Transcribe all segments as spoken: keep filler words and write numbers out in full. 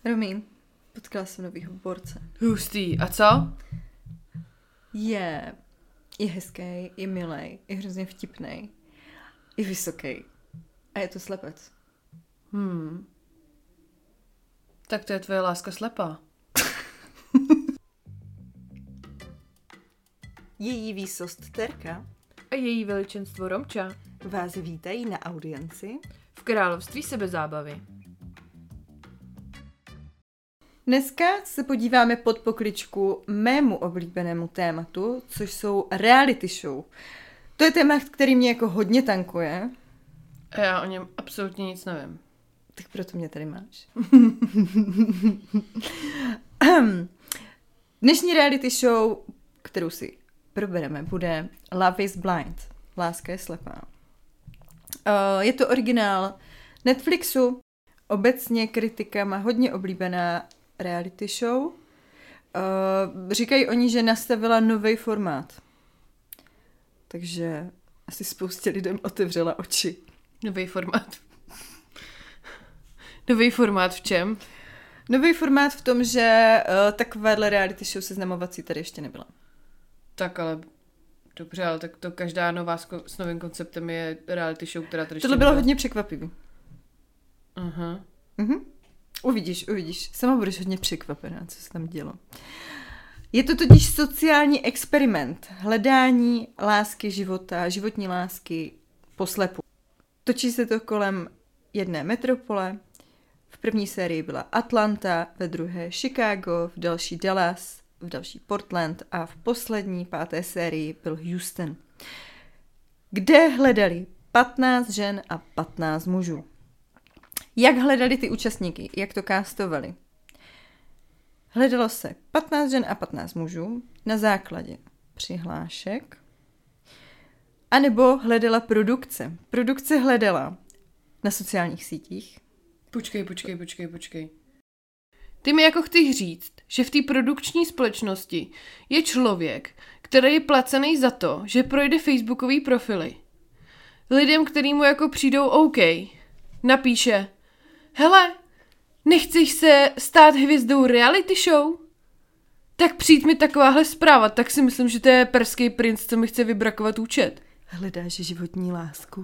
Romín, potkala jsem novýho borce. Hustý. A co? Je, je hezký, je milej, je hrozně vtipnej, je vysoký a je to slepec. Hmm. Tak to je tvoje láska slepá. Její výsost Terka A její veličenstvo Romča vás vítají na audienci v království sebezábavy. Dneska se podíváme pod pokličku mému oblíbenému tématu, což jsou reality show. To je téma, který mě jako hodně tankuje. A já o něm absolutně nic nevím. Tak proto mě tady máš. Dnešní reality show, kterou si probereme, bude Love is Blind. Láska je slepá. Je to originál Netflixu, obecně kritikama hodně oblíbená reality show. Říkají oni, že nastavila nový formát. Takže asi spoustě lidem otevřela oči. Nový formát. Nový formát v čem? Nový formát v tom, že uh, takovéhle reality show seznamovací tady ještě nebyla. Tak ale dobře, ale tak to každá nová sko- s novým konceptem je reality show, která tady ještě Tohle bylo nebyla. hodně překvapivý. Aha. Mhm. Uvidíš, uvidíš. Sama budeš hodně překvapená, co se tam dělo. Je to totiž sociální experiment. Hledání lásky života, životní lásky poslepu. Točí se to kolem jedné metropole. V první sérii byla Atlanta, ve druhé Chicago, v další Dallas, v další Portland a v poslední páté sérii byl Houston, kde hledali patnáct žen a patnáct mužů. Jak hledali ty účastníky? Jak to castovali? Hledalo se patnáct žen a patnáct mužů na základě přihlášek, anebo hledala produkce. Produkce hledala na sociálních sítích. Počkej, počkej, počkej, počkej. Ty mi jako chceš říct, že v té produkční společnosti je člověk, který je placený za to, že projde facebookový profily. Lidem, který mu jako přijdou OK, napíše: hele, nechceš se stát hvězdou reality show? Tak přijď mi takováhle zpráva, tak si myslím, že to je perský princ, co mi chce vybrakovat účet. Hledáš životní lásku.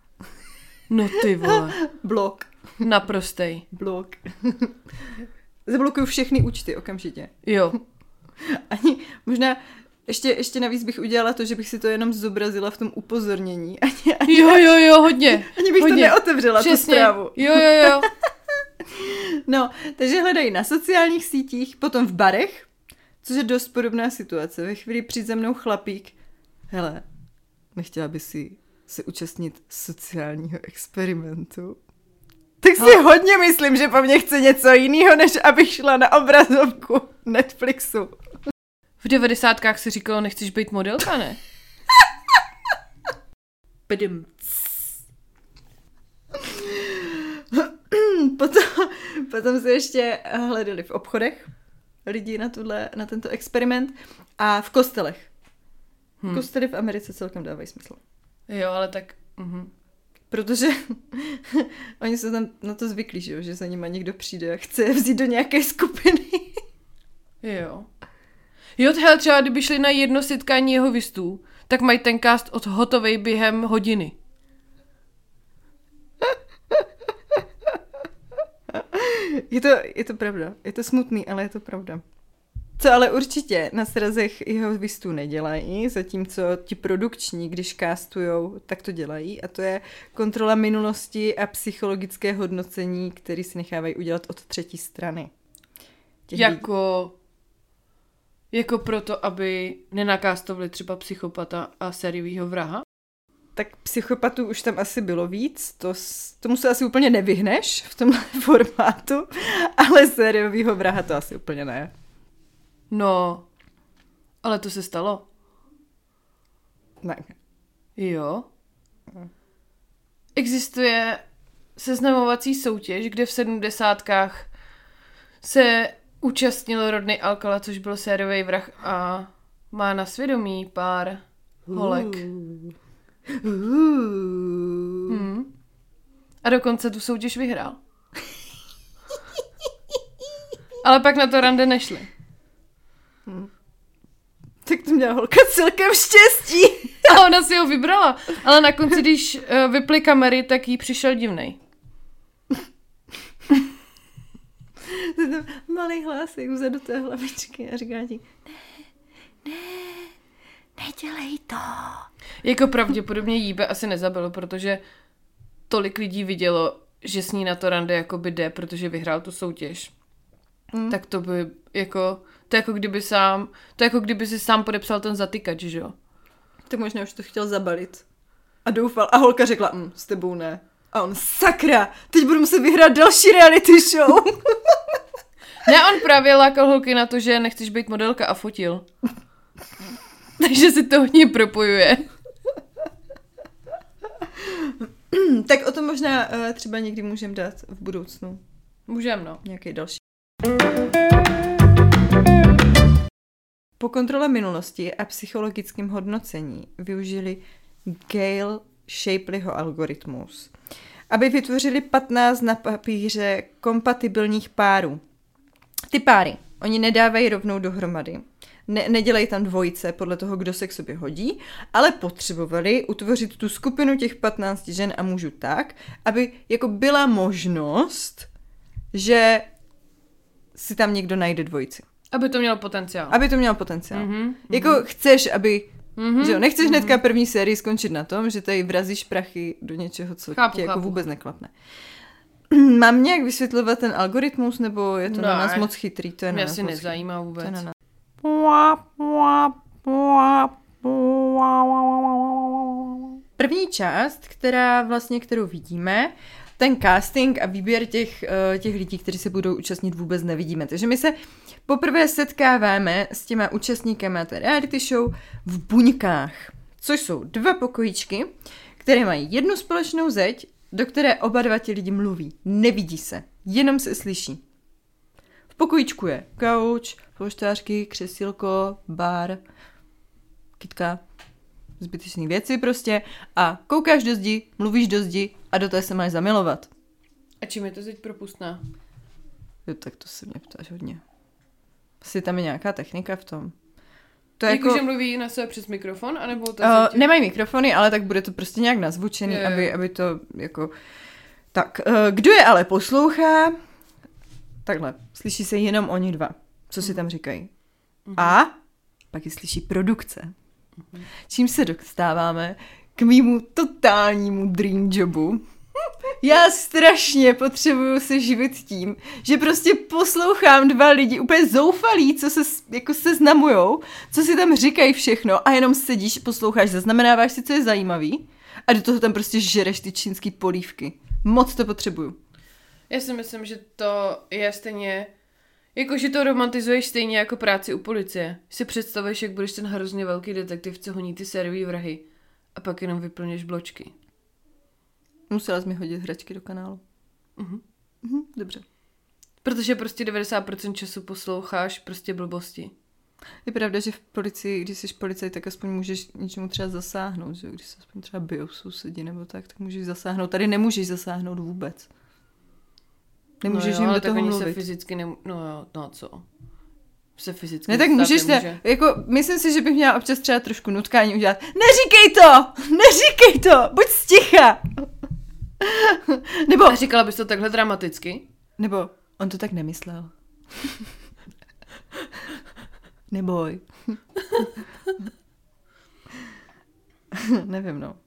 No ty vole. Blok. Naprostej. Blok. Zablokuju všechny účty okamžitě. Jo. Ani možná ještě, ještě navíc bych udělala to, že bych si to jenom zobrazila v tom upozornění. Ani, ani, Jo, jo, jo, hodně. ani bych hodně. to neotevřela, Přesně. tu zprávu. Jo, jo, jo. No, takže hledají na sociálních sítích, potom v barech, což je dost podobná situace. Ve chvíli přijde za mnou chlapík. Hele, nechtěla by si se účastnit sociálního experimentu? Tak si Hele. hodně myslím, že po mně chce něco jiného, než abych šla na obrazovku Netflixu. V devadesátkách si říkalo, nechceš být modelka, ne? Pdm. Potom, potom se ještě hledali v obchodech lidi na, tuhle, na tento experiment a v kostelech. Hmm. Kostely v Americe celkem dávají smysl. Jo, ale tak... Uh-huh. Protože oni jsou tam na to zvyklí, že, jo? Že za nima někdo přijde a chce je vzít do nějaké skupiny. Jo. Jo, hele, třeba kdyby šli na jedno setkání jehovistů, tak mají ten cast od hotovej během hodiny. Je to, je to pravda. Je to smutný, ale je to pravda. Co ale určitě na srazech jehovistů nedělají, zatímco ti produkční, když castujou, tak to dělají. A to je kontrola minulosti a psychologické hodnocení, které si nechávají udělat od třetí strany. Těch Jako... Jako proto, aby nenakástovali třeba psychopata a sériovýho vraha? Tak psychopatů už tam asi bylo víc, to, tomu se asi úplně nevyhneš v tomhle formátu, ale sériovýho vraha to asi úplně ne. No, ale to se stalo. Ne. Jo. Existuje seznamovací soutěž, kde v sedmdesátkách se účastnil Rodney Alcala, což byl sériový vrah a má na svědomí pár holek. Uh. Uh. Hmm. A dokonce tu soutěž vyhrál. Ale pak na to rande nešli. Hmm. Tak to měla holka celkem štěstí. A ona si ho vybrala. Ale na konci, když uh, vyply kamery, tak jí přišel divnej. Ten malý hlásek vzadu té hlavičky a říká ti, ne, ne, nedělej to. Jako pravděpodobně jí by asi nezabilo, protože tolik lidí vidělo, že s ní na to rande jakoby jde, protože vyhrál tu soutěž. Hmm. Tak to by jako, to je jako kdyby sám, to je jako kdyby si sám podepsal ten zatykač, že jo? Tak možná už to chtěl zabalit. A doufal. A holka řekla, hm, s tebou ne. A on, sakra, teď budu muset vyhrát další reality show. Ne, on právě lákal holky na to, že nechceš být modelka a fotil. Takže si to hodně propojuje. Tak o tom možná uh, třeba někdy můžeme dát v budoucnu. Můžeme, no. Nějaký další. Po kontrole minulosti a psychologickém hodnocení využili Gale Shapleyho algoritmus, aby vytvořili patnáct na papíře kompatibilních párů. Ty páry, oni nedávají rovnou dohromady. Ne, nedělají tam dvojice podle toho, kdo se k sobě hodí, ale potřebovali utvořit tu skupinu těch patnácti žen a mužů tak, aby jako byla možnost, že si tam někdo najde dvojici. Aby to mělo potenciál. Aby to mělo potenciál. Mm-hmm, jako mm-hmm. chceš, aby... Mm-hmm, že jo, nechceš mm-hmm. hnedka první sérii skončit na tom, že tady vrazíš prachy do něčeho, co chápu, tě jako chápu. vůbec neklapne. Mám nějak vysvětlovat ten algoritmus, nebo je to ne. na nás moc chytrý? To je na Mě nás asi moc nezajímá vůbec. To je na nás. První část, která vlastně, kterou vidíme, ten casting a výběr těch, těch lidí, kteří se budou účastnit, vůbec nevidíme. Takže my se poprvé setkáváme s těma účastníkama té reality show v buňkách, což jsou dva pokojíčky, které mají jednu společnou zeď, do které oba dva ti lidi mluví. Nevidí se, jenom se slyší. V pokojíčku je gauč, polštářky, křesílko, bar, kytka, zbytečné věci prostě a koukáš do zdi, mluvíš do zdi a do té se máš zamilovat. A čím je to zeď propustná? Jo, tak to se mě ptáš hodně. Asi tam je nějaká technika v tom. To je jako, jako, že mluví na sebe přes mikrofon, anebo to uh, zeď... Nemají mikrofony, ale tak bude to prostě nějak nazvučený, je, je. Aby, aby to jako... Tak, uh, kdo je ale poslouchá? Takhle, slyší se jenom oni dva, co si tam říkají. Mm-hmm. A pak ji slyší produkce. Mm-hmm. Čím se dostáváme k mému totálnímu dream jobu. Já strašně potřebuju se živit tím, že prostě poslouchám dva lidi úplně zoufalí, co se jako seznamujou, co si tam říkají všechno a jenom sedíš, posloucháš, zaznamenáváš si, co je zajímavý a do toho tam prostě žereš ty čínský polívky. Moc to potřebuju. Já si myslím, že to je stejně, jako že to romantizuješ stejně jako práci u policie. Si představuješ, jak budeš ten hrozně velký detektiv, co honí ty sériový vrahy a pak jenom vyplněš bločky. Musela jsi mi hodit hračky do kanálu. Uh-huh. Uh-huh, dobře. Protože prostě devadesát procent času posloucháš prostě blbosti. Je pravda, že v policii, když jsi policajt, tak aspoň můžeš něčemu třeba zasáhnout, že? Když se aspoň třeba bijou sousedí nebo tak, tak můžeš zasáhnout. Tady nemůžeš zasáhnout vůbec. Nemůžeš no jo, jim ale do toho tak mluvit. se fyzicky nemů... No jo, no co? Se fyzicky ne, tak můžeš nemůže. se, jako, myslím si, že bych měla občas třeba trošku nutkání udělat. Neříkej to! Neříkej to! Buď sticha! Nebo... A říkala bys to takhle dramaticky? Nebo on to tak nemyslel. Neboj. Nevím, no.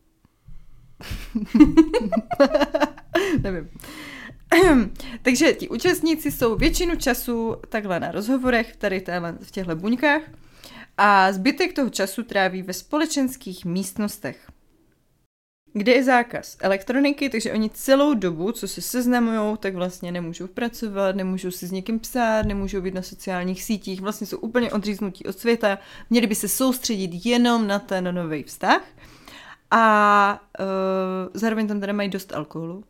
Nevím. Takže ti účastníci jsou většinu času takhle na rozhovorech tady téhle, v těchto buňkách a zbytek toho času tráví ve společenských místnostech, kde je zákaz elektroniky, takže oni celou dobu, co se seznamujou, tak vlastně nemůžou pracovat, nemůžou si s někým psát, nemůžou být na sociálních sítích, vlastně jsou úplně odříznutí od světa, měli by se soustředit jenom na ten nový vztah a uh, zároveň tam teda mají dost alkoholu.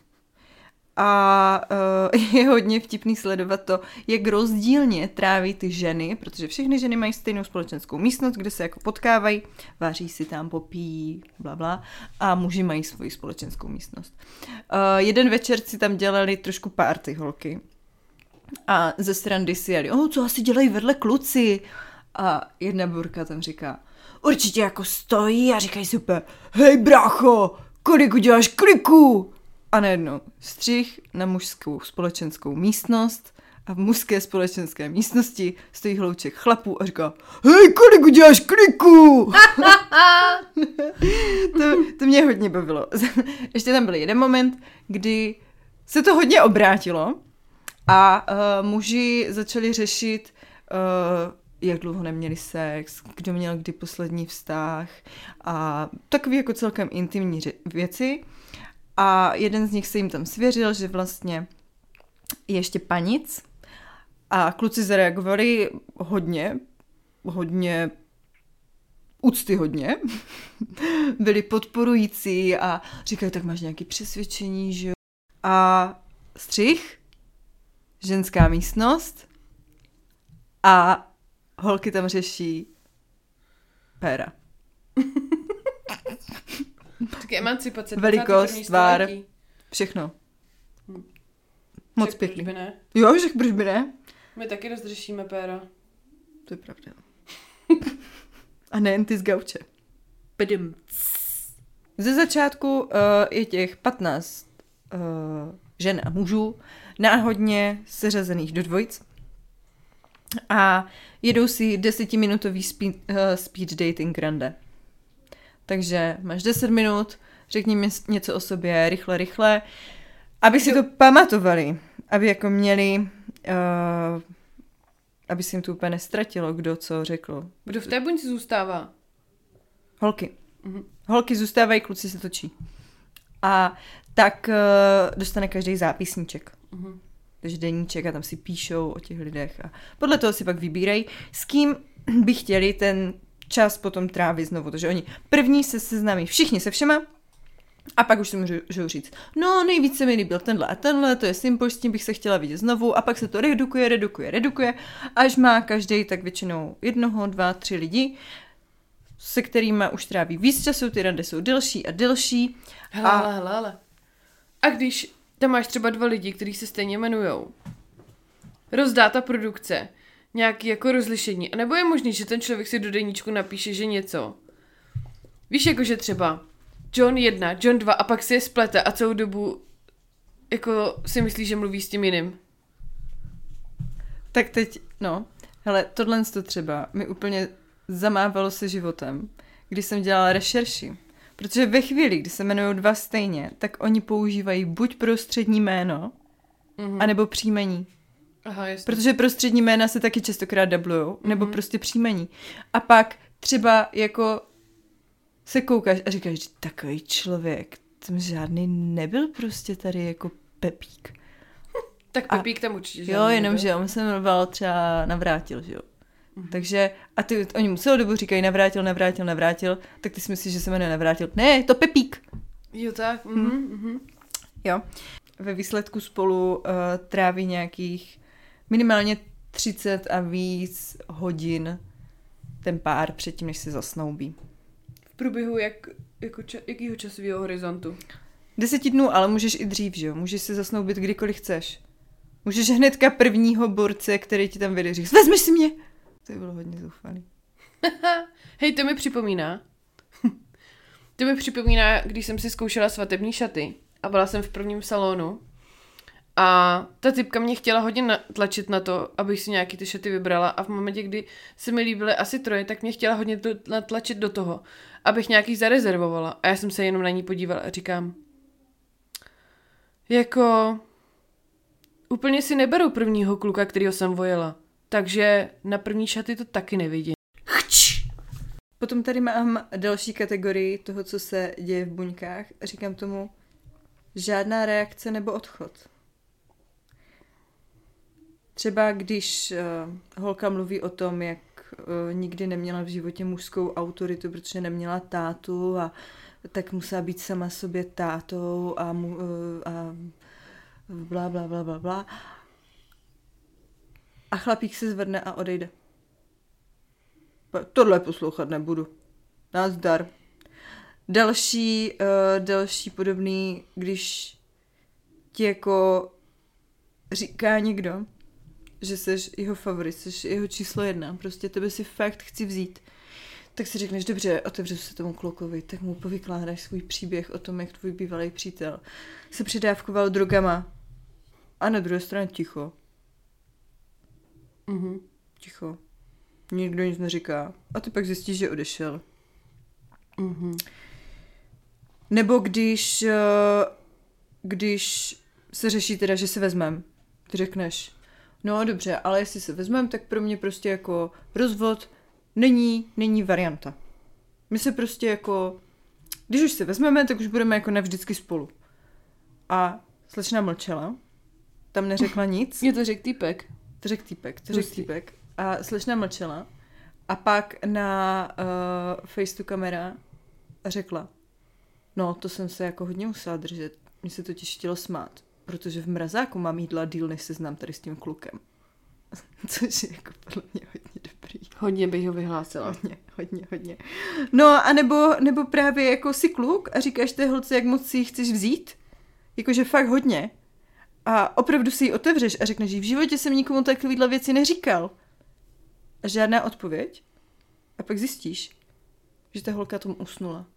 A uh, je hodně vtipný sledovat to, jak rozdílně tráví ty ženy, protože všechny ženy mají stejnou společenskou místnost, kde se jako potkávají, vaří si tam, popíjí, blabla, a muži mají svoji společenskou místnost. Uh, jeden večer si tam dělali trošku party holky. A ze srandy si jeli, oh, co asi dělají vedle kluci? A jedna burka tam říká, určitě jako stojí a říkají si úplně, hej brácho, kolik uděláš kliků? A najednou střih na mužskou společenskou místnost a v mužské společenské místnosti stojí hlouček chlapů a říká, hej, kolik uděláš kliků? to, to mě hodně bavilo. Ještě tam byl jeden moment, kdy se to hodně obrátilo a uh, muži začali řešit, uh, jak dlouho neměli sex, kdo měl kdy poslední vztah a takový jako celkem intimní ře- věci. A jeden z nich se jim tam svěřil, že vlastně je ještě panic a kluci zareagovali hodně, hodně úctyhodně, byli podporující a říkají, tak máš nějaké přesvědčení, že jo? A střih, ženská místnost a holky tam řeší péra. Taky emancipace. Velikost, tvár, všechno. Hm. Moc však pěkný. Proč by ne? Jo, však proč by ne? My taky dost řešíme péra. To je pravda. A nejen ty z gauče. Pidum. Ze začátku uh, je těch patnáct uh, žen a mužů náhodně seřazených do dvojic a jedou si desetiminutový speed, uh, speed dating rande. Takže máš deset minut, řekni mi něco o sobě, rychle, rychle, aby si to pamatovali, aby jako měli, uh, aby si jim to úplně nestratilo, kdo co řekl. Kdo v té buňce zůstává? Holky. Mhm. Holky zůstávají, kluci se točí. A tak uh, dostane každý zápisníček. Mhm. Takže deníček a tam si píšou o těch lidech a podle toho si pak vybírají, s kým by chtěli ten čas potom trávit znovu. Takže oni první se seznámí všichni se všema a pak už si můžou říct, no nejvíce mi líbil tenhle a tenhle, to je Simple, s tím bych se chtěla vidět znovu a pak se to redukuje, redukuje, redukuje, až má každý tak většinou jednoho, dva, tři lidi, se kterými už tráví víc času, ty rande jsou delší a delší. Hele, a... hele, hele, hele. A když tam máš třeba dva lidi, kteří se stejně jmenujou, rozdá ta produkce nějaký jako rozlišení, a nebo je možný, že ten člověk si do deníčku napíše, že něco. Víš, jakože třeba John jedna, John dva a pak si je splete a celou dobu jako si myslí, že mluví s tím jiným. Tak teď, no, hele, tohle to třeba mi úplně zamávalo se životem, když jsem dělala rešerši. Protože ve chvíli, kdy se jmenují dva stejně, tak oni používají buď prostřední jméno, mm-hmm. anebo příjmení. Aha, jasně. Protože prostřední jména se taky častokrát dublujou, mm-hmm. nebo prostě příjmení. A pak třeba jako se koukáš a říkáš, že takový člověk, tam žádný nebyl prostě tady jako Pepík. Tak Pepík a, tam určitě žádný jo, jenom, nebyl. že on se jmenoval třeba Navrátil, že jo. Mm-hmm. Takže, a ty, oni mu celou dobu říkají Navrátil, Navrátil, Navrátil, tak ty si myslíš, že se jmenuje Navrátil. Ne, je to Pepík. Jo, tak. Mhm, mhm. Jo. Ve výsledku spolu uh, tráví nějakých minimálně třicet a víc hodin ten pár předtím, než se zasnoubí. V průběhu jak, jako ča, jakýho časového horizontu? Deseti dnů, ale můžeš i dřív, že jo? Můžeš se zasnoubit kdykoliv chceš. Můžeš hnedka prvního borce, který ti tam vyjde, říct, vezmeš si mě? To bylo hodně zoufalý. Hej, to mi připomíná. To mi připomíná, když jsem si zkoušela svatební šaty a byla jsem v prvním salonu a ta typka mě chtěla hodně natlačit na to, abych si nějaký ty šaty vybrala a v momentě, kdy se mi líbily asi troje, tak mě chtěla hodně to natlačit do toho, abych nějaký zarezervovala a já jsem se jenom na ní podívala a říkám, jako úplně si neberu prvního kluka, kterýho jsem vojela, takže na první šaty to taky nevidím. Chč! Potom tady mám další kategorii toho, co se děje v buňkách. Říkám tomu žádná reakce nebo odchod. Třeba když uh, holka mluví o tom, jak uh, nikdy neměla v životě mužskou autoritu, protože neměla tátu a tak musela být sama sobě tátou a, mu, uh, a blá, blá, blá, blá, blá. A chlapík se zvedne a odejde. Tohle poslouchat nebudu. Nazdar. Další, uh, další podobný, když ti jako říká někdo, že jsi jeho favorit, jsi jeho číslo jedna, prostě tebe si fakt chci vzít. Tak si řekneš, dobře, otevřu se tomu klukovi, tak mu povykládáš svůj příběh o tom, jak tvůj bývalý přítel se přidávkoval drogama. A na druhé straně ticho. Mhm. Ticho. Nikdo nic neříká. A ty pak zjistíš, že odešel. Mhm. Nebo když, když se řeší teda, že se vezmem, ty řekneš, no dobře, ale jestli se vezmem, tak pro mě prostě jako rozvod není, není varianta. My se prostě jako, když už se vezmeme, tak už budeme jako navždycky spolu. A slečna mlčela, tam neřekla nic. Mě to řekl týpek. To řekl týpek, to řekl týpek. A slečna mlčela a pak na uh, face to kamera řekla, no to jsem se jako hodně musela držet, mně se totiž chtělo smát, protože v mrazáku mám jídla díl, než se znám tady s tím klukem. Což je jako podle mě hodně dobrý. Hodně bych ho vyhlásila. Hodně, hodně, hodně. No a nebo, nebo právě jako si kluk a říkáš té holce, jak moc si ji chceš vzít, jakože fakt hodně. A opravdu si ji otevřeš a řekneš, že v životě jsem nikomu takovýhle věci neříkal. A žádná odpověď. A pak zjistíš, že ta holka tomu usnula.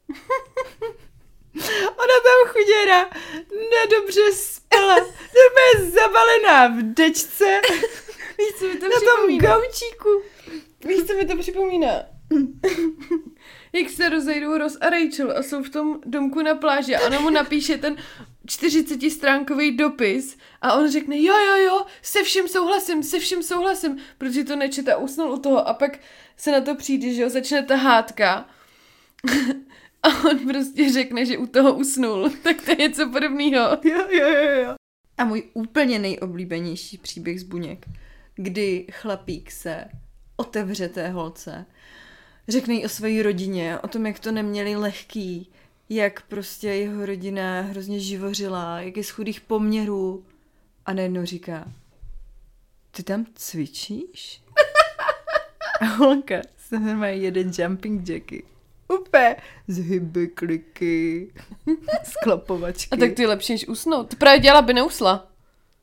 Ona tam chuděra nedobře spala. To je zabalená v dečce. Víš, co mi to na tom gaučíku. Víš, co mi to připomíná? Jak se rozejdou Ross a Rachel a jsou v tom domku na pláži a ona mu napíše ten čtyřicetistránkový dopis a on řekne jo, jo, jo, se vším souhlasím, se vším souhlasím, protože to nečet a usnul u toho a pak se na to přijde, že jo, začne ta hádka a on prostě řekne, že u toho usnul. Tak to je něco podobného. Jo, jo, jo, jo. A můj úplně nejoblíbenější příběh z buněk, kdy chlapík se otevře té holce, řekne jí o své rodině, o tom, jak to neměli lehký, jak prostě jeho rodina hrozně živořila, jak je z chudých poměrů. A najednou říká, ty tam cvičíš? A holka se normálně jede jumping jacky. Úplně z hybekliky, z klapovačky. A tak to je lepší, než usnout. To právě dělala, by neusla.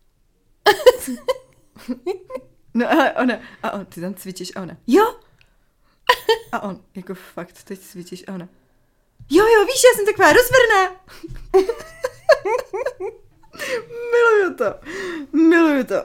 No ale ona, a on, ty tam cvičíš a ona, jo? A on, jako fakt, teď cvičíš a ona, jo, jo, víš, já jsem taková rozvrná. Miluju to, miluju to.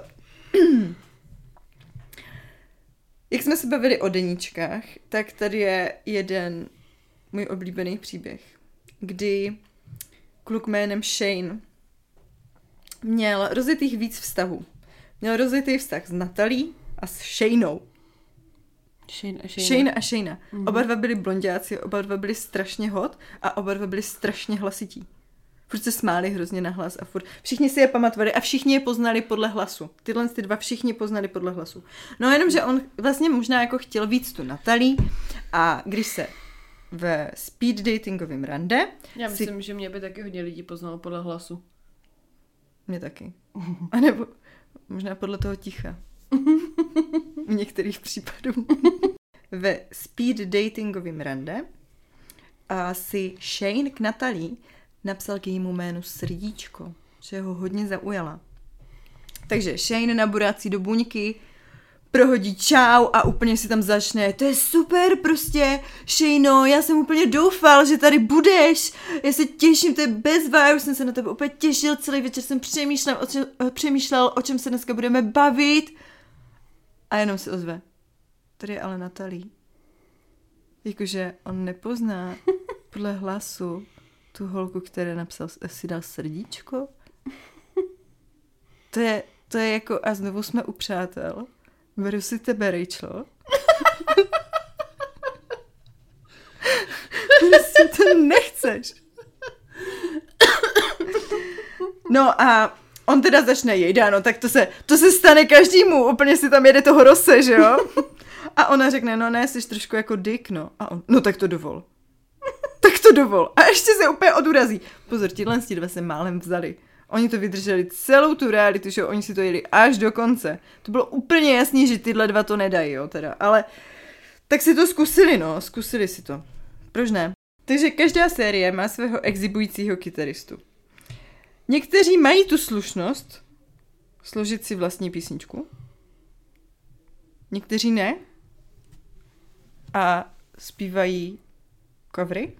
Jak jsme se bavili o deníčkách, tak tady je jeden můj oblíbený příběh, kdy kluk jménem Shane měl rozjetých víc vztahů. Měl rozjetý vztah s Natalí a s Shaneou. Shane a Shane. Shane a Shane. Mm-hmm. Oba dva byli blonďáci, oba dva byli strašně hot a oba dva byli strašně hlasití. Furt se smáli hrozně na hlas a furt. Všichni si je pamatovali a všichni je poznali podle hlasu. Tyhle ty dva všichni poznali podle hlasu. No jenom, že on vlastně možná jako chtěl víc tu Natalí a když se ve speed datingovém rande... Já myslím, si... že mě by taky hodně lidí poznalo podle hlasu. Mě taky. A nebo možná podle toho ticha. V některých případů. Ve speed datingovém rande a si Shane k Natalí napsal k jejímu jménu srdíčko, že ho hodně zaujala. Takže Shane naburácí do buňky, prohodí čau a úplně si tam začne, to je super prostě, Shane, já jsem úplně doufal, že tady budeš, já se těším, to je bezva, už jsem se na tebe úplně těšil, celý večer jsem přemýšlel o čem, přemýšlel, o čem se dneska budeme bavit a jenom se ozve, tady je ale Natalí. Jakože on nepozná podle hlasu tu holku, která napsal, si dal srdíčko. To je, to je jako, a znovu jsme u přátel. Beru si tebe, Rachel. Prostě to nechceš. No a on teda začne jejda, no tak to se, to se stane každému, úplně si tam jede toho Rose, že jo? A ona řekne, no ne, jsi trošku jako dick, no. A on, no tak to dovol. Tak to dovol. A ještě se úplně odurazí. Pozor, tihle dva se málem vzali. Oni to vydrželi celou tu realitu, že oni si to jeli až do konce. To bylo úplně jasný, že tyhle dva to nedají, jo, teda. Ale tak si to zkusili, no. Zkusili si to. Proč ne? Takže každá série má svého exibujícího kytaristu. Někteří mají tu slušnost složit si vlastní písničku. někteří ne. A zpívají covery.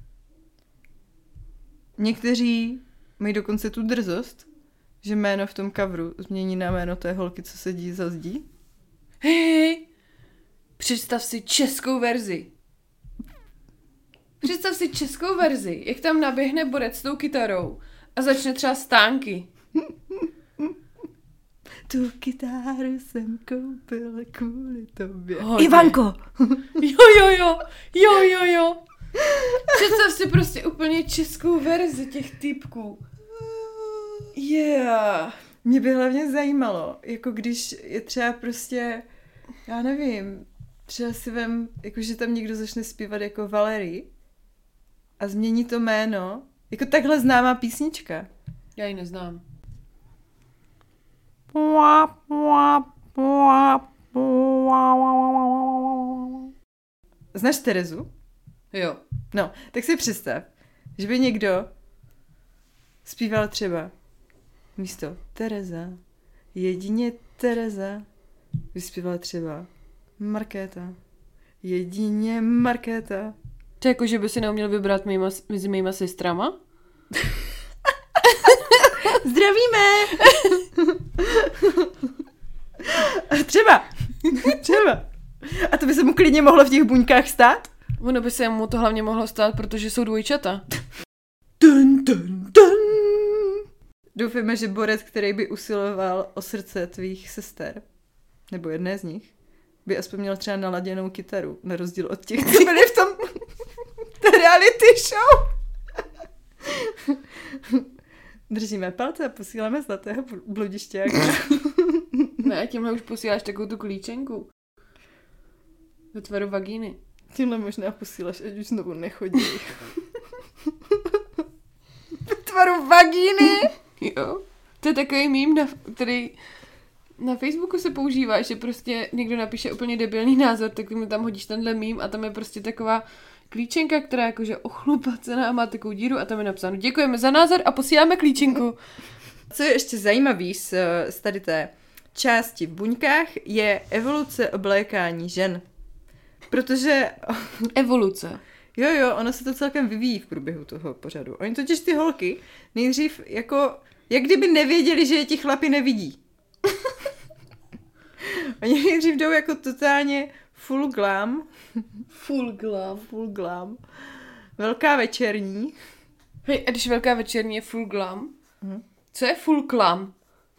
Někteří mají dokonce tu drzost, že jméno v tom coveru změní na jméno té holky, co sedí za zdí. Hej, představ si českou verzi. Představ si českou verzi, jak tam naběhne borec s tou kytarou a začne třeba stánky. Tu kytáru jsem koupil kvůli tobě. Hodně. Ivanko! Jo, jo, jo, jo, jo, jo. Představ si prostě úplně českou verzi těch typků. Yeah. Mě by hlavně zajímalo, jako když je třeba prostě, já nevím, třeba si vem, jako že tam někdo začne zpívat jako Valerie a změní to jméno, jako takhle známá písnička. Já ji neznám. Znáš Terezu? Jo. No, tak si představ, že by někdo zpíval třeba místo Tereza, jedině Tereza, vyspíval třeba Markéta, jedině Markéta. To jako, že by si neuměl vybrat mýma, mezi mýma sestrama? Zdravíme! Třeba. Třeba. A to by se mu klidně mohlo v těch buňkách stát? Ono by se mu to hlavně mohlo stát, protože jsou dvojčata. Dun, dun, dun. Doufujeme, že borec, který by usiloval o srdce tvých sester, nebo jedné z nich, by aspoň měl třeba naladěnou kytaru, na rozdíl od těch, co byli v tom reality show. Držíme palce a posíláme zlatého bludišťáka. Ne, tímhle už posíláš takovou tu klíčenku. Ve tvaru vagíny. Tímhle možná posíláš, ať už znovu nechodí. Ve tvaru vagíny? Jo. To je takový mím, na, který na Facebooku se používá, že prostě někdo napíše úplně debilní názor, tak mu tam hodíš tenhle mím a tam je prostě taková klíčenka, která je jakože ochlupacená a má takovou díru a tam je napsáno děkujeme za názor a posíláme klíčenku. Co je ještě zajímavý z, z tady té části v buňkách, je evoluce oblékání žen. Protože... Evoluce. Jo, jo, ono se to celkem vyvíjí v průběhu toho pořadu. Oni totiž ty holky nejdřív jako, jak kdyby nevěděli, že je ti chlapi nevidí. Oni nejdřív jdou jako totálně full glam. Full glam. Full glam. Velká večerní. Hej, a když velká večerní je full glam? Mhm. Co je full glam?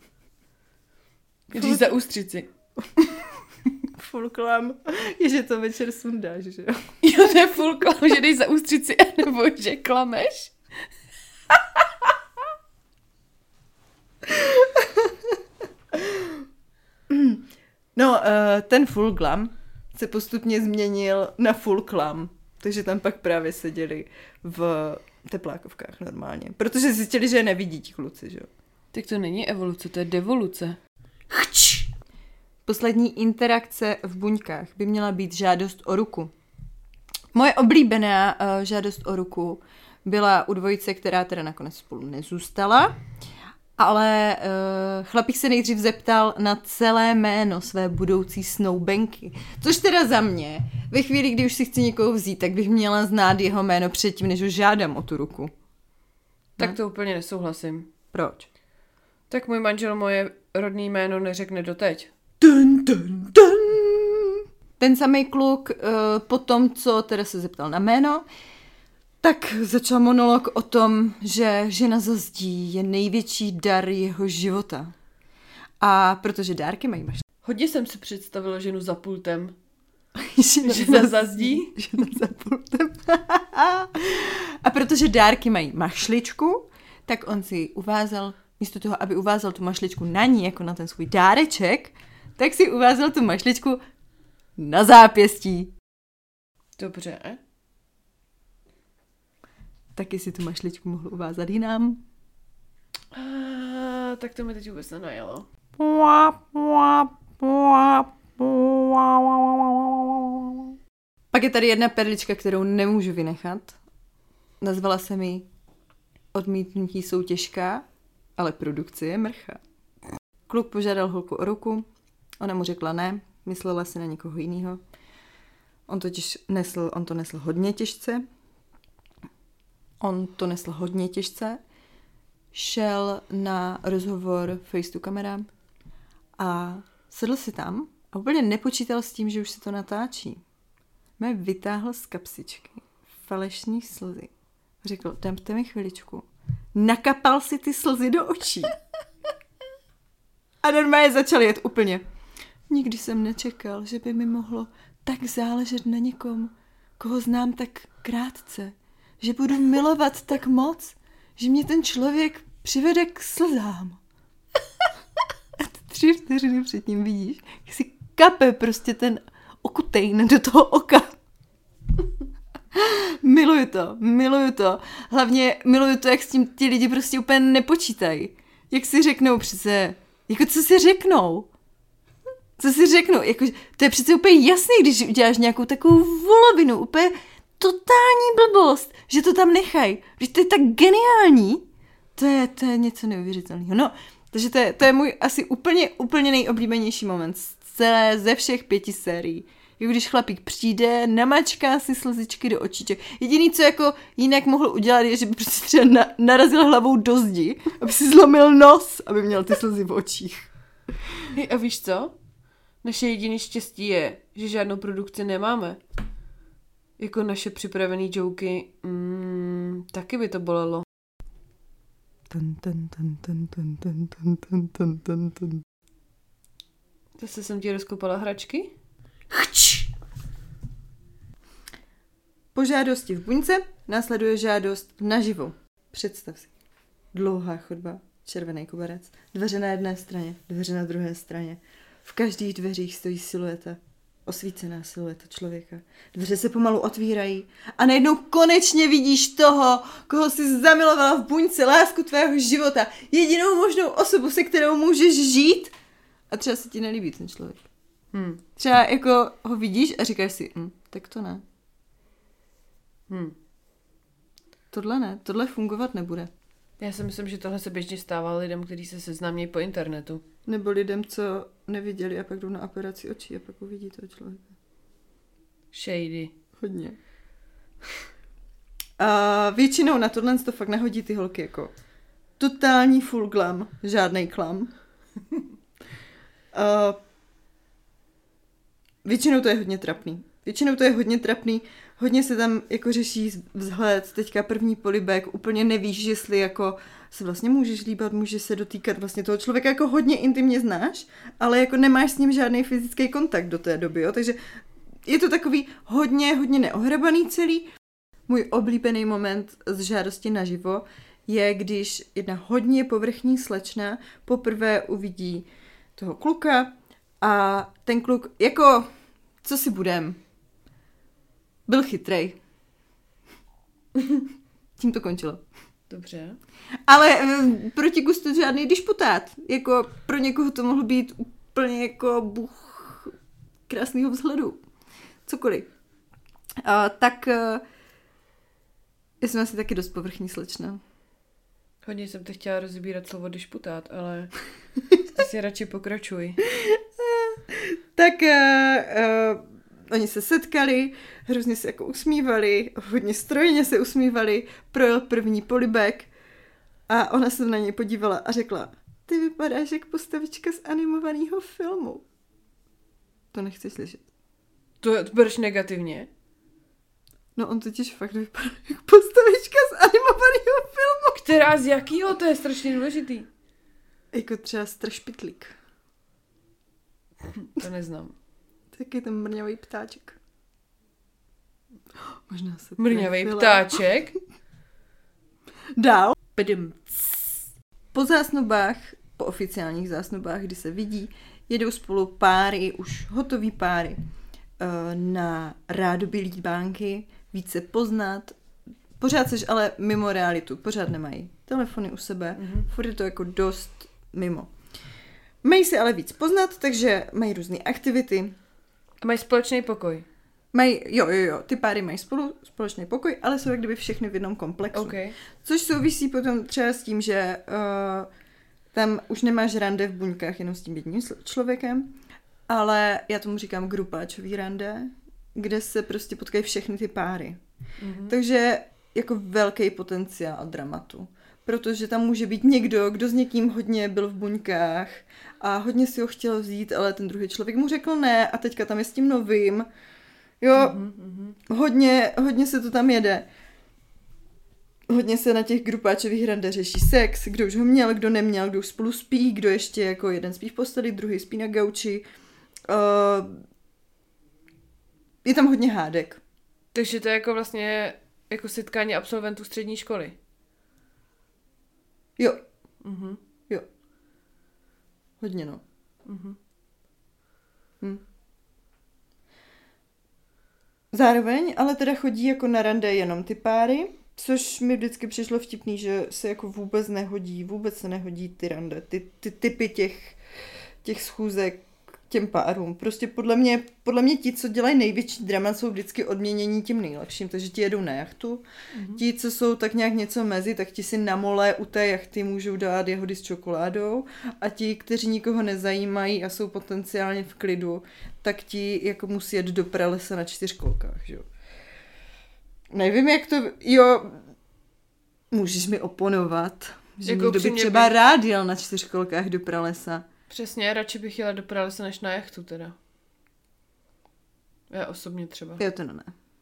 Když za ústřici. Full glam je, že to večer sundáš, že jo? Jo, to je full glam, že jdeš za ústřici, nebo že klameš? No, ten full glam se postupně změnil na full clam. Takže tam pak právě seděli v teplákovkách normálně. Protože zjistili, že je nevidí ti kluci, že jo? Tak to není evoluce, to je devoluce. Chč! Poslední interakce v buňkách by měla být žádost o ruku. Moje oblíbená uh, žádost o ruku byla u dvojice, která teda nakonec spolu nezůstala, ale uh, chlapík se nejdřív zeptal na celé jméno své budoucí snoubenky. Což teda za mě, ve chvíli, kdy už si chci někoho vzít, tak bych měla znát jeho jméno předtím, než ho žádám o tu ruku. Tak to úplně nesouhlasím. Proč? Tak můj manžel moje rodný jméno neřekne doteď. Dun, dun, dun. Ten samý kluk uh, po tom, co teda se zeptal na jméno, tak začal monolog o tom, že žena za zdí je největší dar jeho života. A protože dárky mají mašličku. Hodně jsem si představila ženu za pultem. žena, žena za zdí? Žena za pultem. A protože dárky mají mašličku, tak on si uvázal, místo toho, aby uvázal tu mašličku na ní, jako na ten svůj dáreček, tak si uvázal tu mašličku na zápěstí. Dobře. Taky si tu mašličku mohl uvázat jinam. Uh, tak to mi teď vůbec nenajelo. Pak je tady jedna perlička, kterou nemůžu vynechat. Nazvala se mi Odmítnutí jsou těžká, ale produkce je mrcha. Kluk požádal holku o ruku, ona mu řekla ne, myslela si na někoho jiného. On totiž nesl, on to nesl hodně těžce. On to nesl hodně těžce. Šel na rozhovor face to camera a sedl si tam a úplně nepočítal s tím, že už se to natáčí. Mě vytáhl z kapsičky falešný slzy. Řekl, dejte mi chviličku. Nakapal si ty slzy do očí. A normálně začal jet úplně. Nikdy jsem nečekal, že by mi mohlo tak záležet na někom, koho znám tak krátce. Že budu milovat tak moc, že mě ten člověk přivede k slzám. A ty tři vteřiny předtím vidíš, jak si kape prostě ten okutejn do toho oka. Miluju to, miluju to. Hlavně miluju to, jak s tím ti lidi prostě úplně nepočítají. Jak si řeknou přece, jako co si řeknou? Co si řeknou? Jako, to je přece úplně jasný, když uděláš nějakou takovou volovinu, úplně totální blbost, že to tam nechají. Když to je tak geniální, to je, to je něco neuvěřitelného. No, takže to je, to je můj asi úplně, úplně nejoblíbenější moment z celé, ze všech pěti sérií. Jako když chlapík přijde, namačká si slzičky do očíček. Jediný, co jako jinak mohl udělat, je, že by prostě třeba na, narazil hlavou do zdi, aby si zlomil nos, aby měl ty slzy v očích. A víš co? Naše jediné štěstí je, že žádnou produkci nemáme. Jako naše připravené joky, mm, taky by to bolelo. Tun, tun, tun, tun, tun, tun, tun, tun, tun, tun, tun. Zase jsem ti rozkopala hračky? Chč! Po žádosti v buňce následuje žádost naživo. Představ si. Dlouhá chodba, červený koberec, dveře na jedné straně, dveře na druhé straně. V každých dveřích stojí silueta, osvícená silueta člověka. Dveře se pomalu otvírají a najednou konečně vidíš toho, koho jsi zamilovala v buňce, lásku tvého života, jedinou možnou osobu, se kterou můžeš žít. A třeba se ti nelíbí ten člověk. Hmm. Třeba jako ho vidíš a říkáš si, hm, tak to ne. Hmm. Tohle ne, tohle fungovat nebude. Já si myslím, že tohle se běžně stává lidem, kteří se seznámějí po internetu. Nebo lidem, co neviděli a pak jdou na operaci očí a pak uvidí toho člověka. Shady. Hodně. A většinou na tohle to fakt nahodí ty holky jako totální full glam, žádnej klam. A většinou to je hodně trapný. Většinou to je hodně trapný. Hodně se tam jako řeší vzhled, teďka první polibek, úplně nevíš, jestli jako se vlastně můžeš líbat, můžeš se dotýkat vlastně toho člověka, jako hodně intimně znáš, ale jako nemáš s ním žádný fyzický kontakt do té doby, jo, takže je to takový hodně, hodně neohrabaný celý. Můj oblíbený moment z žádosti naživo je, když jedna hodně povrchní slečna poprvé uvidí toho kluka a ten kluk, jako, co si budem, byl chytrej. Tím to končilo. Dobře. Ale e, proti gustu žádný disputát. Jako pro někoho to mohl být úplně jako buch krásného vzhledu. Cokoliv. A, tak e, já jsem asi taky dost povrchní slečna. Hodně jsem te chtěla rozbírat slovo disputát, ale asi radši pokračuj. Tak e, e, oni se setkali, hrozně se jako usmívali, hodně strojně se usmívali, projel první polibek a ona se na něj podívala a řekla, ty vypadáš jak postavička z animovaného filmu. To nechci slyšet. To, to bereš negativně? No on totiž fakt vypadá jak postavička z animovaného filmu. Která z jakýho? To je strašně důležitý. Jako třeba Strašpitlík. To neznám. Taky ten mrňavý ptáček. Možná se Mrňavý ptáček? Dál. Po zásnubách, po oficiálních zásnubách, kdy se vidí, jedou spolu páry, už hotový páry, na rádoby líbánky, více poznat. Pořád seš ale mimo realitu, pořád nemají telefony u sebe, mm-hmm. furt je to jako dost mimo. Mají se ale víc poznat, takže mají různé aktivity. A mají společný pokoj. Mají, jo, jo, jo, ty páry mají spolu společný pokoj, ale jsou jak kdyby všechny v jednom komplexu. Okay. Což souvisí potom třeba s tím, že uh, tam už nemáš rande v buňkách jenom s tím jedním člověkem, ale já tomu říkám grupáčový rande, kde se prostě potkají všechny ty páry. Mm-hmm. Takže jako velký potenciál dramatu. Protože tam může být někdo, kdo s někým hodně byl v buňkách a hodně si ho chtěl vzít, ale ten druhý člověk mu řekl ne a teďka tam je s tím novým. Jo, mm-hmm. hodně, hodně se to tam jede. Hodně se na těch grupáčových rande řeší sex, kdo už ho měl, kdo neměl, kdo už spolu spí, kdo ještě jako jeden spí v posteli, druhý spí na gauči. Uh, je tam hodně hádek. Takže to je jako vlastně jako setkání absolventů střední školy. Jo. Mhm. Jo. Hodně, no. Mhm. Hm. Zároveň ale teda chodí jako na rande jenom ty páry, což mi vždycky přišlo vtipný, že se jako vůbec nehodí, vůbec se nehodí ty rande, ty, ty typy těch, těch schůzek k těm párům. Prostě podle mě, podle mě ti, co dělají největší drama, jsou vždycky odměnění tím nejlepším, takže ti jedou na jachtu. Mm-hmm. Ti, co jsou tak nějak něco mezi, tak ti si na mole u té jachty můžou dát jahody s čokoládou a ti, kteří nikoho nezajímají a jsou potenciálně v klidu, tak ti jako musí jet do pralesa na čtyřkolkách, že jo. Nevím, jak to... Jo, můžeš mi oponovat, že jako někdo by třeba by... rád jel na čtyřkolkách do pralesa. Přesně, radši bych jela do pralesa než na jachtu teda. Já osobně třeba. Jo, to ne.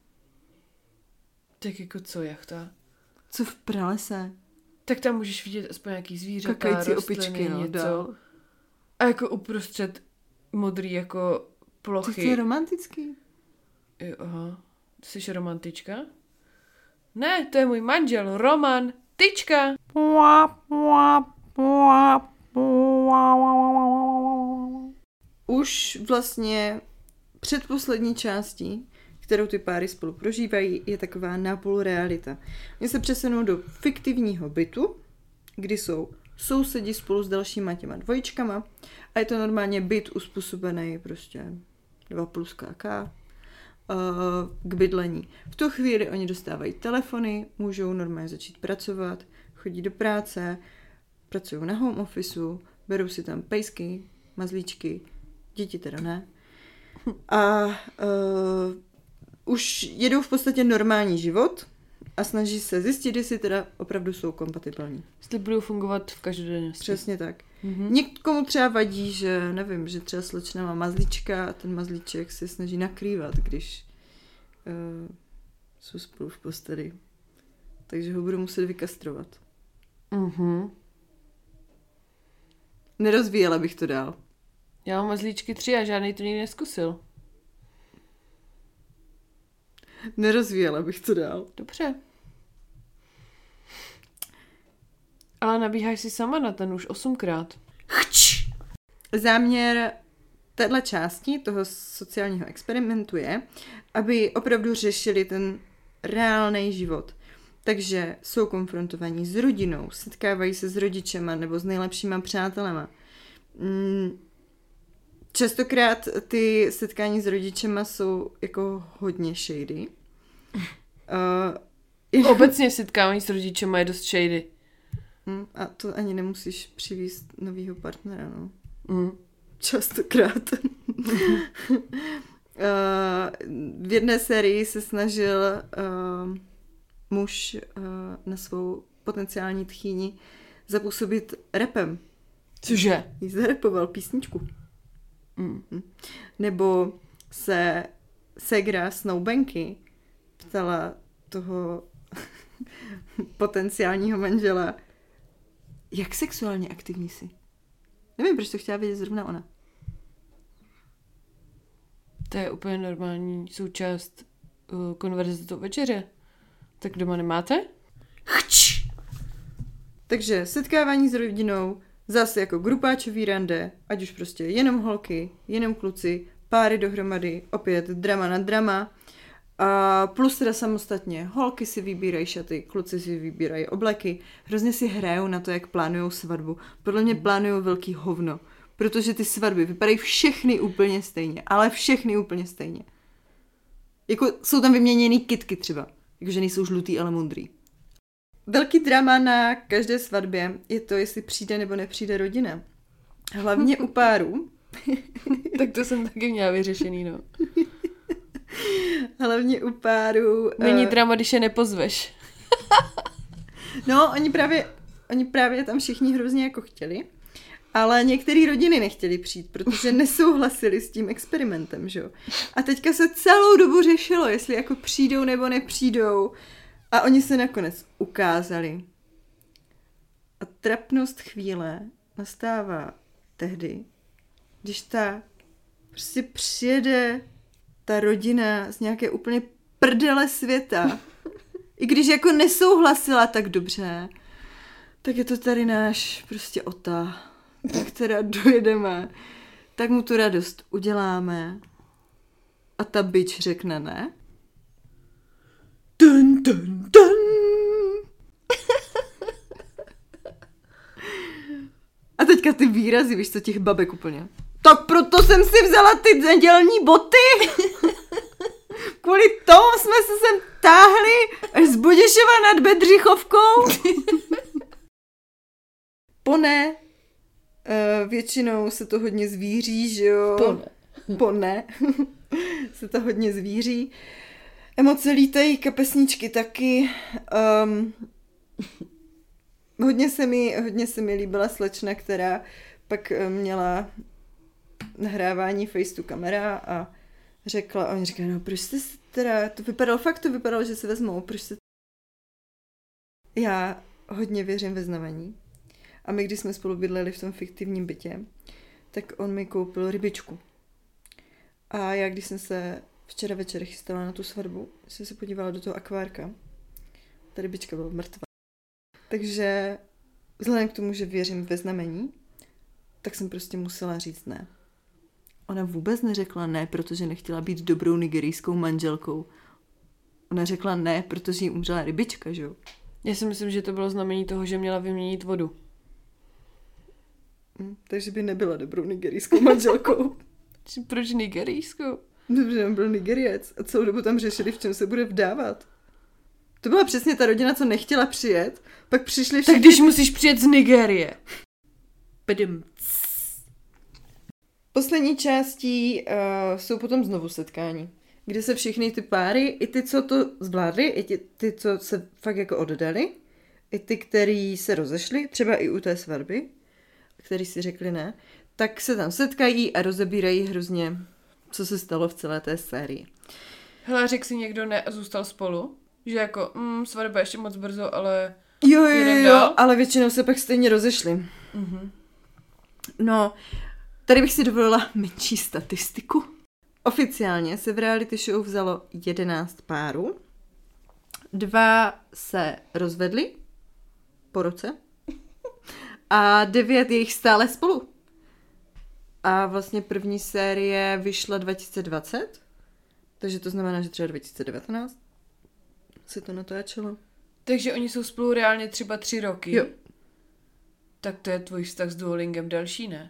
Tak jako co jachta? Co v pralese? Tak tam můžeš vidět aspoň nějaký zvířata, kakající rostliny, opičky, no, něco. dál. A jako uprostřed modrý jako plochy. To je romantický. Jo, aha. Jsi romantička? Ne, to je můj manžel, Roman. Tyčka. Už vlastně předposlední částí, kterou ty páry spolu prožívají, je taková napůl realita. Oni se přesunou do fiktivního bytu, kdy jsou sousedi spolu s dalšíma těma dvojičkama a je to normálně byt uspůsobený prostě dva plus ká k bydlení. V tu chvíli oni dostávají telefony, můžou normálně začít pracovat, chodí do práce, pracují na home officeu, berou si tam pejsky, mazlíčky, děti teda ne. A uh, už jedou v podstatě normální život a snaží se zjistit, jestli teda opravdu jsou kompatibilní. Jestli budou fungovat v každodennosti. Přesně tak. Mm-hmm. Někomu třeba vadí, že nevím, že třeba slečna má mazlíčka a ten mazlíček se snaží nakrývat, když uh, jsou spolu v posteli. Takže ho budu muset vykastrovat. Mhm. Nerozvíjela bych to dál. Já mám mazlíčky tři a žádný to nikdy neskusil. Nerozvíjela bych to dál. Dobře. Ale nabíháš si sama na ten už osmkrát. Chč! Záměr téhle části toho sociálního experimentu je, aby opravdu řešili ten reálný život. Takže jsou konfrontovaní s rodinou, setkávají se s rodičema nebo s nejlepšíma přátelema. Častokrát ty setkání s rodičema jsou jako hodně shady. Uh, Obecně setkávání s rodičema je dost shady. A to ani nemusíš přivést novýho partnera, no. Mm. Častokrát. uh, v jedné sérii se snažil uh, muž uh, na svou potenciální tchýni zapůsobit rapem. Cože? Jí zarepoval písničku. Mm. Nebo se ségra Snowbanky ptala toho potenciálního manžela, jak sexuálně aktivní jsi? Nevím, proč to chtěla vědět zrovna ona. To je úplně normální součást uh, konverzace do večeře. Tak doma nemáte? Chč! Takže setkávání s rodinou, zase jako grupáčový rande, ať už prostě jenom holky, jenom kluci, páry dohromady, opět drama na drama. A plus teda samostatně, holky si vybírají šaty, kluci si vybírají obleky, hrozně si hrajou na to, jak plánujou svatbu. Podle mě plánujou velký hovno, protože ty svatby vypadají všechny úplně stejně, ale všechny úplně stejně. Jako jsou tam vyměněný kytky třeba, jakože nejsou žlutý, ale modrý. Velký drama na každé svatbě je to, jestli přijde nebo nepřijde rodina. Hlavně u párů, Tak to jsem taky měla vyřešený, no. Hlavně u páru... Není uh... drama, když je nepozveš. No, oni právě, oni právě tam všichni hrozně jako chtěli, ale některé rodiny nechtěli přijít, protože nesouhlasili s tím experimentem, že jo. A teďka se celou dobu řešilo, jestli jako přijdou nebo nepřijdou. A oni se nakonec ukázali. A trapnost chvíle nastává tehdy, když ta prostě přijede ta rodina z nějaké úplně prdele světa. I když jako nesouhlasila tak dobře, tak je to tady náš prostě Ota, tak teda dojedeme, tak mu tu radost uděláme a ta bitch řekne ne. Dun, dun, dun. A teďka ty výrazy, víš co, těch babek úplně. Tak proto jsem si vzala ty nedělní boty. Kvůli tomu jsme se sem táhli až z Budišova nad Bedřichovkou. Pone. Uh, většinou se to hodně zvíří, že jo? Pone. Pone. se to hodně zvíří. Emoce lítají, kapesníčky taky. Um, hodně, se mi, hodně se mi líbila slečna, která pak měla nahrávání face to kamera a řekla, a oni říkají, no proč jste se teda, to vypadalo, fakt to vypadalo, že se vezmou, proč se... Já hodně věřím ve znamení. A my, když jsme spolu bydleli v tom fiktivním bytě, tak on mi koupil rybičku. A já, když jsem se včera večer chystala na tu svatbu, jsem se podívala do toho akvárka. Ta rybička byla mrtvá. Takže vzhledem k tomu, že věřím ve znamení, tak jsem prostě musela říct ne. Ona vůbec neřekla ne, protože nechtěla být dobrou nigerijskou manželkou. Ona řekla ne, protože jí umřela rybička, že jo? Já si myslím, že to bylo znamení toho, že měla vyměnit vodu. Hm, takže by nebyla dobrou nigerijskou manželkou. Proč nigerijskou? Dobře, on byl Nigeriec a celou dobu tam řešili, v čem se bude vdávat. To byla přesně ta rodina, co nechtěla přijet, pak přišli všichni... Tak když musíš přijet z Nigérie. Pedem. Poslední částí uh, jsou potom znovu setkání, kde se všichni ty páry, i ty, co to zvládli, i ty, ty co se fakt jako oddali, i ty, který se rozešli, třeba i u té svatby, který si řekli ne, tak se tam setkají a rozebírají hrozně, co se stalo v celé té sérii. Hele, řekl si někdo ne a zůstal spolu? Že jako, mm, svatba ještě moc brzo, ale... Jo, jo, jo, jo, ale většinou se pak stejně rozešli. Mhm. No, tady bych si dovolila menší statistiku. Oficiálně se v reality show vzalo jedenáct párů. Dva se rozvedli po roce a devět je jich stále spolu. A vlastně první série vyšla dva tisíce dvacet, takže to znamená, že třeba dva tisíce devatenáct se to natáčelo. Takže oni jsou spolu reálně třeba tři roky? Jo. Tak to je tvůj vztah s Duolingem další, ne?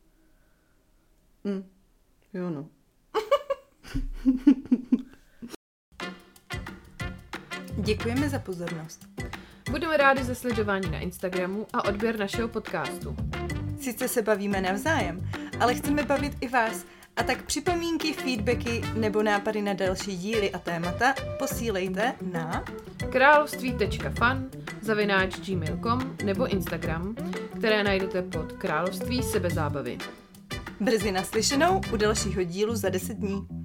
Mm. Jo, no. Děkujeme za pozornost. Budeme rádi za sledování na Instagramu a odběr našeho podcastu. Sice se bavíme navzájem, ale chceme bavit i vás. A tak připomínky, feedbacky nebo nápady na další díly a témata posílejte na království tečka fan zavináč gmail tečka com nebo Instagram, které najdete pod Království sebezábavy. Brzy naslyšenou u dalšího dílu za deset dní.